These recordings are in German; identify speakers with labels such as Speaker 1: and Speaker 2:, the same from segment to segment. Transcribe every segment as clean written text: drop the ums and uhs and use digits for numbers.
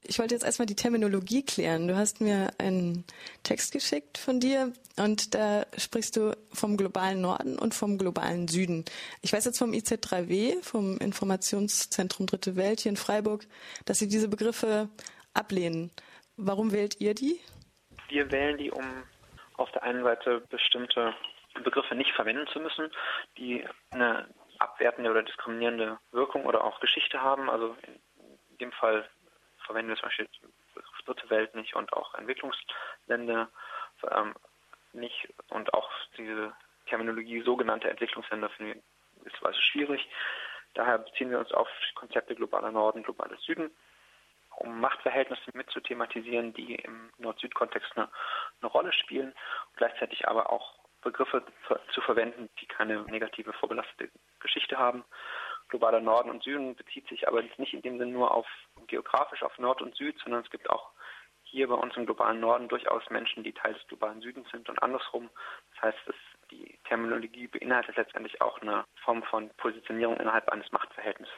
Speaker 1: Ich wollte jetzt erstmal die Terminologie klären. Du hast mir einen Text geschickt von dir und da sprichst du vom globalen Norden und vom globalen Süden. Ich weiß jetzt vom IZ3W, vom Informationszentrum Dritte Welt hier in Freiburg, dass sie diese Begriffe ablehnen. Warum wählt ihr die?
Speaker 2: Wir wählen die, um auf der einen Seite bestimmte Begriffe nicht verwenden zu müssen, die eine abwertende oder diskriminierende Wirkung oder auch Geschichte haben. Also in dem Fall verwenden wir zum Beispiel den Begriff Dritte Welt nicht und auch Entwicklungsländer nicht. Und auch diese Terminologie sogenannte Entwicklungsländer finden wir gewisserweise schwierig. Daher beziehen wir uns auf Konzepte globaler Norden, globales Süden, um Machtverhältnisse mit zu thematisieren, die im Nord-Süd-Kontext eine Rolle spielen, und gleichzeitig aber auch Begriffe zu verwenden, die keine negative, vorbelastete Geschichte haben. Globaler Norden und Süden bezieht sich aber nicht in dem Sinne nur geografisch auf Nord und Süd, sondern es gibt auch hier bei uns im globalen Norden durchaus Menschen, die Teil des globalen Südens sind und andersrum. Das heißt, die Terminologie beinhaltet letztendlich auch eine Form von Positionierung innerhalb eines Machtverhältnisses.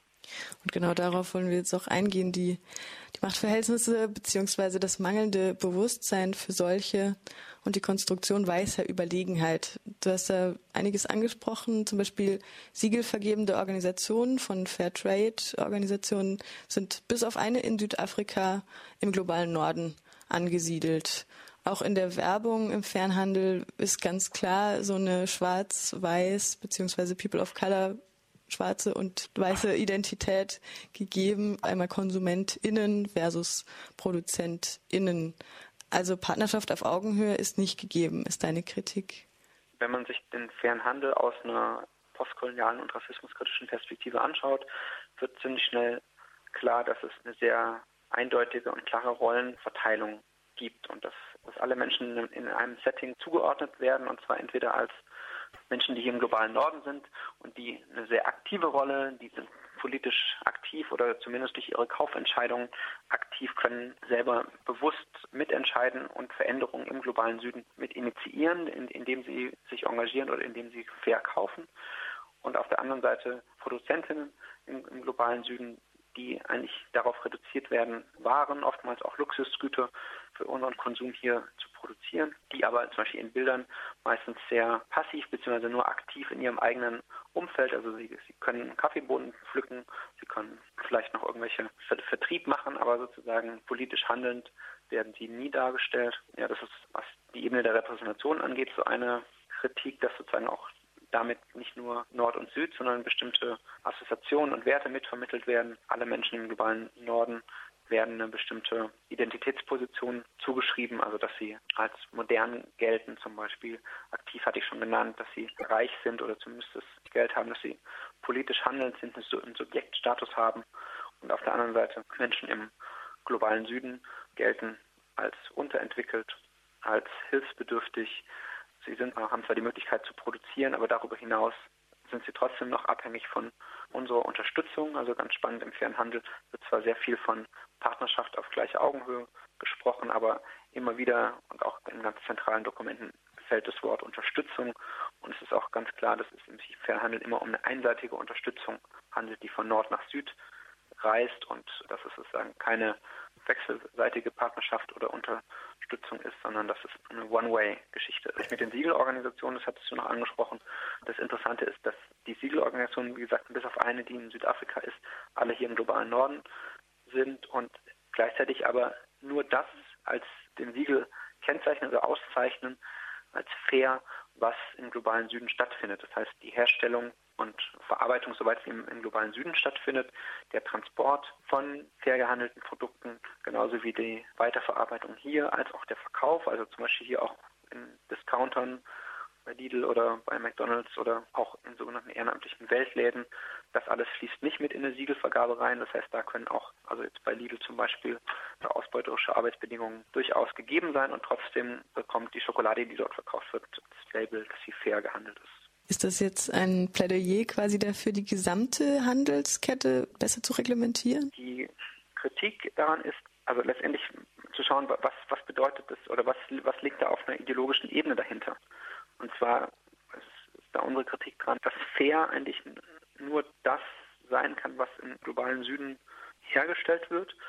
Speaker 1: Und genau darauf wollen wir jetzt auch eingehen, die Machtverhältnisse beziehungsweise das mangelnde Bewusstsein für solche und die Konstruktion weißer Überlegenheit. Du hast da einiges angesprochen, zum Beispiel siegelvergebende Organisationen von Fairtrade-Organisationen sind bis auf eine in Südafrika im globalen Norden angesiedelt. Auch in der Werbung im Fernhandel ist ganz klar so eine schwarz-weiß beziehungsweise People of Color schwarze und weiße Identität gegeben, einmal KonsumentInnen versus ProduzentInnen. Also Partnerschaft auf Augenhöhe ist nicht gegeben, ist deine Kritik.
Speaker 2: Wenn man sich den fairen Handel aus einer postkolonialen und rassismuskritischen Perspektive anschaut, wird ziemlich schnell klar, dass es eine sehr eindeutige und klare Rollenverteilung gibt und dass alle Menschen in einem Setting zugeordnet werden, und zwar entweder als Menschen, die hier im globalen Norden sind und die eine sehr aktive Rolle, die sind politisch aktiv oder zumindest durch ihre Kaufentscheidungen aktiv, können selber bewusst mitentscheiden und Veränderungen im globalen Süden mit initiieren, indem sie sich engagieren oder indem sie fair kaufen. Und auf der anderen Seite Produzentinnen im globalen Süden, die eigentlich darauf reduziert werden, Waren, oftmals auch Luxusgüter für unseren Konsum hier zu produzieren, die aber zum Beispiel in Bildern meistens sehr passiv bzw. nur aktiv in ihrem eigenen Umfeld, also sie können Kaffeebohnen pflücken, sie können vielleicht noch irgendwelche Vertrieb machen, aber sozusagen politisch handelnd werden sie nie dargestellt. Ja, das ist, was die Ebene der Repräsentation angeht, so eine Kritik, dass sozusagen auch damit nicht nur Nord und Süd, sondern bestimmte Assoziationen und Werte mitvermittelt werden. Alle Menschen im globalen Norden werden eine bestimmte Identitätsposition zugeschrieben, also dass sie als modern gelten, zum Beispiel aktiv hatte ich schon genannt, dass sie reich sind oder zumindest das Geld haben, dass sie politisch handelnd sind, einen Subjektstatus haben, und auf der anderen Seite Menschen im globalen Süden gelten als unterentwickelt, als hilfsbedürftig. Sie haben zwar die Möglichkeit zu produzieren, aber darüber hinaus sind sie trotzdem noch abhängig von unserer Unterstützung. Also ganz spannend, im fairen Handel wird zwar sehr viel von Partnerschaft auf gleicher Augenhöhe gesprochen, aber immer wieder und auch in ganz zentralen Dokumenten fällt das Wort Unterstützung. Und es ist auch ganz klar, dass es im fairen Handel immer um eine einseitige Unterstützung handelt, die von Nord nach Süd reist, und dass es sozusagen keine wechselseitige Partnerschaft oder Unterstützung ist, sondern dass es eine One-Way-Geschichte ist. Mit den Siegelorganisationen, das hattest du noch angesprochen, das Interessante ist, dass die Siegelorganisationen, wie gesagt, bis auf eine, die in Südafrika ist, alle hier im globalen Norden sind und gleichzeitig aber nur das als den Siegel kennzeichnen oder auszeichnen als fair, was im globalen Süden stattfindet. Das heißt, die Herstellung und Verarbeitung, soweit sie im globalen Süden stattfindet, der Transport von fair gehandelten Produkten, genauso wie die Weiterverarbeitung hier, als auch der Verkauf, also zum Beispiel hier auch in Discountern bei Lidl oder bei McDonald's oder auch in sogenannten ehrenamtlichen Weltläden. Das alles fließt nicht mit in eine Siegelvergabe rein. Das heißt, da können auch, also jetzt bei Lidl zum Beispiel, ausbeuterische Arbeitsbedingungen durchaus gegeben sein, und trotzdem bekommt die Schokolade, die dort verkauft wird, das Label, dass sie fair gehandelt ist.
Speaker 1: Ist das jetzt ein Plädoyer quasi dafür, die gesamte Handelskette besser zu reglementieren?
Speaker 2: Die Kritik daran ist, also letztendlich zu schauen, was bedeutet das oder was liegt da auf einer ideologischen Ebene dahinter. Und zwar ist da unsere Kritik dran, dass fair eigentlich nur das sein kann, was im globalen Süden hergestellt wird.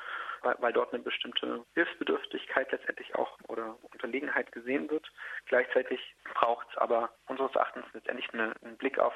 Speaker 2: weil dort eine bestimmte Hilfsbedürftigkeit letztendlich auch oder Unterlegenheit gesehen wird. Gleichzeitig braucht es aber unseres Erachtens letztendlich einen Blick auf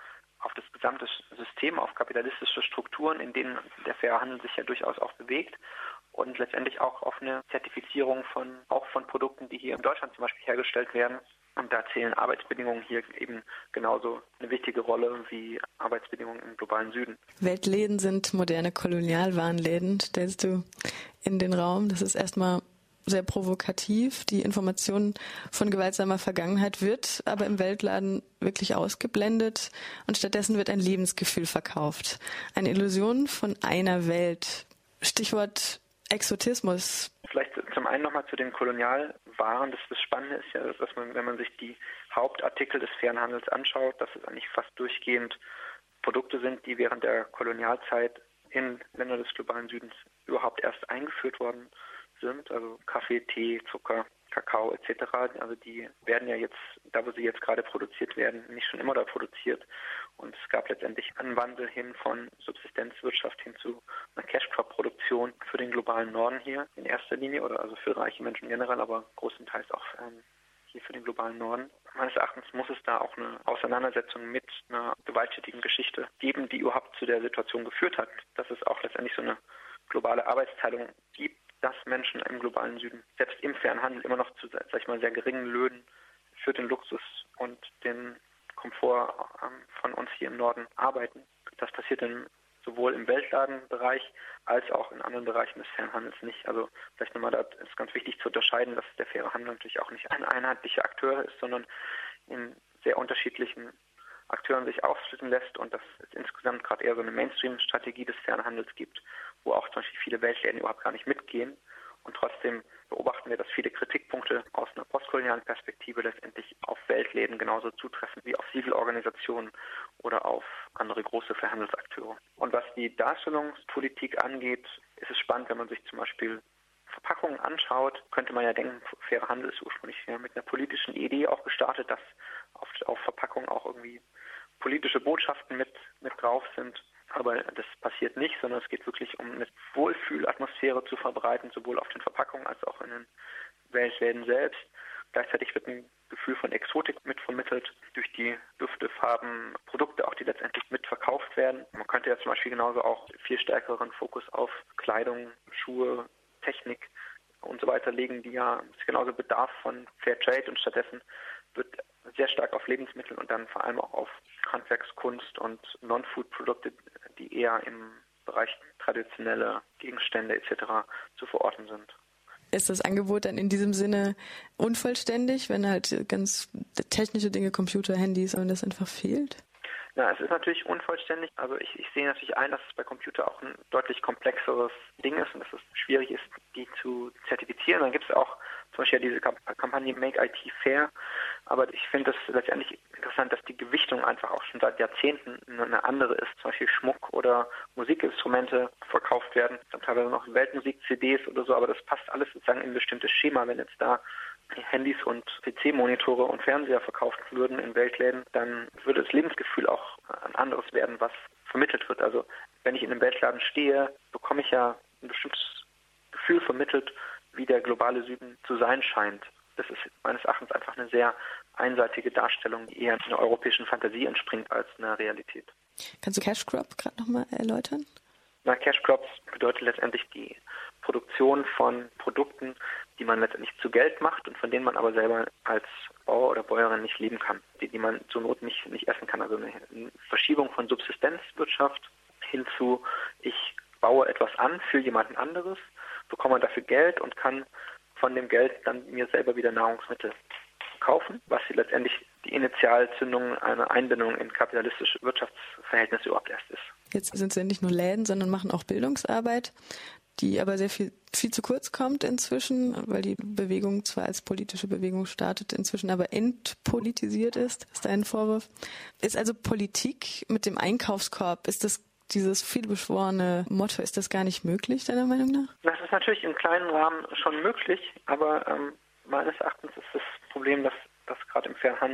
Speaker 2: das gesamte System, auf kapitalistische Strukturen, in denen der faire Handel sich ja durchaus auch bewegt und letztendlich auch auf eine Zertifizierung von Produkten, die hier in Deutschland zum Beispiel hergestellt werden. Und da zählen Arbeitsbedingungen hier eben genauso eine wichtige Rolle wie Arbeitsbedingungen im globalen Süden.
Speaker 1: Weltläden sind moderne Kolonialwarenläden, stellst du in den Raum. Das ist erstmal sehr provokativ. Die Information von gewaltsamer Vergangenheit wird aber im Weltladen wirklich ausgeblendet und stattdessen wird ein Lebensgefühl verkauft. Eine Illusion von einer Welt. Stichwort Exotismus.
Speaker 2: Vielleicht zum einen nochmal zu den Kolonialwaren. Das Spannende ist ja, dass man, wenn man sich die Hauptartikel des fairen Handels anschaut, dass es eigentlich fast durchgehend Produkte sind, die während der Kolonialzeit in Ländern des globalen Südens überhaupt erst eingeführt worden sind. Also Kaffee, Tee, Zucker, Kakao etc. Also die werden ja jetzt, da wo sie jetzt gerade produziert werden, nicht schon immer da produziert. Und es gab letztendlich einen Wandel hin von Subsistenzwirtschaft hin zu einer Cash-Crop-Produktion für den globalen Norden hier in erster Linie oder also für reiche Menschen generell, aber größtenteils auch hier für den globalen Norden. Meines Erachtens muss es da auch eine Auseinandersetzung mit einer gewalttätigen Geschichte geben, die überhaupt zu der Situation geführt hat, dass es auch letztendlich so eine globale Arbeitsteilung gibt, dass Menschen im globalen Süden selbst im fairen Handel immer noch zu, sag ich mal, sehr geringen Löhnen für den Luxus und den Komfort von uns hier im Norden arbeiten. Das passiert sowohl im Weltladenbereich als auch in anderen Bereichen des fairen Handels nicht. Also vielleicht nochmal, da ist ganz wichtig zu unterscheiden, dass der faire Handel natürlich auch nicht ein einheitlicher Akteur ist, sondern in sehr unterschiedlichen Akteuren sich aufsplitten lässt und dass es insgesamt gerade eher so eine Mainstream-Strategie des fairen Handels gibt, wo auch zum Beispiel viele Weltläden überhaupt gar nicht mitgehen. Und trotzdem beobachten wir, dass viele Kritikpunkte aus einer postkolonialen Perspektive letztendlich auf Weltläden genauso zutreffen wie auf Zivilorganisationen oder auf andere große Verhandelsakteure. Und was die Darstellungspolitik angeht, ist es spannend, wenn man sich zum Beispiel Verpackungen anschaut, könnte man ja denken, fairer Handel ist ursprünglich mit einer politischen Idee auch gestartet, dass auf Verpackungen auch irgendwie politische Botschaften mit drauf sind. Aber das passiert nicht, sondern es geht wirklich um eine Wohlfühlatmosphäre zu verbreiten, sowohl auf den Verpackungen als auch in den Weltläden selbst. Gleichzeitig wird ein Gefühl von Exotik mitvermittelt durch die Düfte, Farben, Produkte auch, die letztendlich mitverkauft werden. Man könnte ja zum Beispiel genauso auch viel stärkeren Fokus auf Kleidung, Schuhe, Technik und so weiter legen, die ja genauso Bedarf von Fair Trade und stattdessen wird sehr stark auf Lebensmittel und dann vor allem auch auf Handwerkskunst und Non-Food-Produkte, die eher im Bereich traditionelle Gegenstände etc. zu verorten sind.
Speaker 1: Ist das Angebot dann in diesem Sinne unvollständig, wenn halt ganz technische Dinge, Computer, Handys und das einfach fehlt?
Speaker 2: Na, es ist natürlich unvollständig. Also ich sehe natürlich ein, dass es bei Computer auch ein deutlich komplexeres Ding ist und dass es schwierig ist, die zu zertifizieren. Dann gibt es auch zum Beispiel diese Kampagne Make IT Fair. Aber ich finde es letztendlich interessant, dass die Gewichtung einfach auch schon seit Jahrzehnten eine andere ist. Zum Beispiel Schmuck oder Musikinstrumente verkauft werden, dann teilweise noch Weltmusik-CDs oder so, aber das passt alles sozusagen in ein bestimmtes Schema. Wenn jetzt da Handys und PC-Monitore und Fernseher verkauft würden in Weltläden, dann würde das Lebensgefühl auch ein anderes werden, was vermittelt wird. Also wenn ich in einem Weltladen stehe, bekomme ich ja ein bestimmtes Gefühl vermittelt, wie der globale Süden zu sein scheint. Das ist meines Erachtens einfach eine sehr einseitige Darstellung, die eher einer europäischen Fantasie entspringt als einer Realität.
Speaker 1: Kannst du Cash Crop gerade nochmal erläutern?
Speaker 2: Na, Cash Crops bedeutet letztendlich die Produktion von Produkten, die man letztendlich zu Geld macht und von denen man aber selber als Bauer oder Bäuerin nicht leben kann, die man zur Not nicht essen kann. Also eine Verschiebung von Subsistenzwirtschaft hin zu, ich baue etwas an für jemanden anderes, bekomme dafür Geld und kann von dem Geld dann mir selber wieder Nahrungsmittel kaufen, was letztendlich die Initialzündung einer Einbindung in kapitalistische Wirtschaftsverhältnisse überhaupt erst ist.
Speaker 1: Jetzt sind es ja nicht nur Läden, sondern machen auch Bildungsarbeit, die aber sehr viel zu kurz kommt inzwischen, weil die Bewegung zwar als politische Bewegung startet, inzwischen aber entpolitisiert ist dein Vorwurf. Ist also Politik mit dem Einkaufskorb, ist das dieses vielbeschworene Motto, ist das gar nicht möglich, deiner Meinung nach?
Speaker 2: Das ist natürlich im kleinen Rahmen schon möglich, aber meines Erachtens ist das Problem, dass gerade im fairen Handel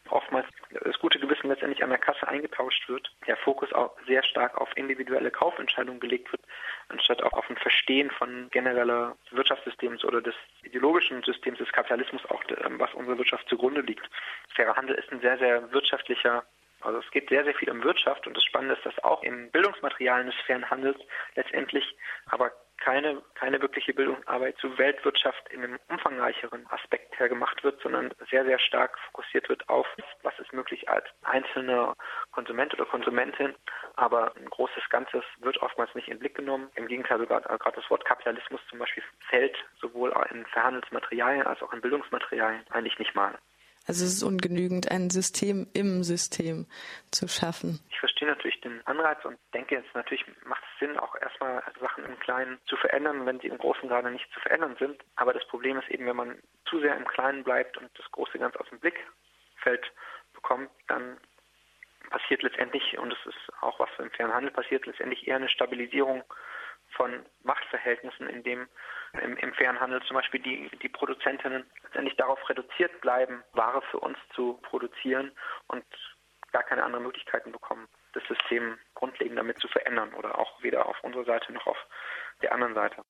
Speaker 2: oftmals das gute Gewissen letztendlich an der Kasse eingetauscht wird, der Fokus auch sehr stark auf individuelle Kaufentscheidungen gelegt wird, anstatt auch auf ein Verstehen von genereller Wirtschaftssystems oder des ideologischen Systems des Kapitalismus, auch was unserer Wirtschaft zugrunde liegt. Fairer Handel ist ein sehr, sehr wirtschaftlicher, also es geht sehr, sehr viel um Wirtschaft, und das Spannende ist, dass auch in Bildungsmaterialien des fairen Handels letztendlich aber keine wirkliche Bildungsarbeit zur Weltwirtschaft in einem umfangreicheren Aspekt her gemacht wird, sondern sehr, sehr stark fokussiert wird auf, was ist möglich als einzelner Konsument oder Konsumentin, aber ein großes Ganzes wird oftmals nicht in den Blick genommen. Im Gegenteil, sogar gerade das Wort Kapitalismus zum Beispiel fällt sowohl in Verhandelsmaterialien als auch in Bildungsmaterialien eigentlich nicht mal.
Speaker 1: Also es ist ungenügend, ein System im System zu schaffen.
Speaker 2: Ich verstehe natürlich den Anreiz und denke jetzt natürlich macht es Sinn, auch erstmal Sachen im Kleinen zu verändern, wenn sie im Großen gerade nicht zu verändern sind. Aber das Problem ist eben, wenn man zu sehr im Kleinen bleibt und das große ganz aus dem Blickfeld bekommt, dann passiert letztendlich, und das ist auch was im fairen Handel passiert, letztendlich eher eine Stabilisierung von Machtverhältnissen, in dem im fairen Handel zum Beispiel die Produzentinnen letztendlich darauf reduziert bleiben, Ware für uns zu produzieren und gar keine anderen Möglichkeiten bekommen, das System grundlegend damit zu verändern oder auch weder auf unserer Seite noch auf der anderen Seite.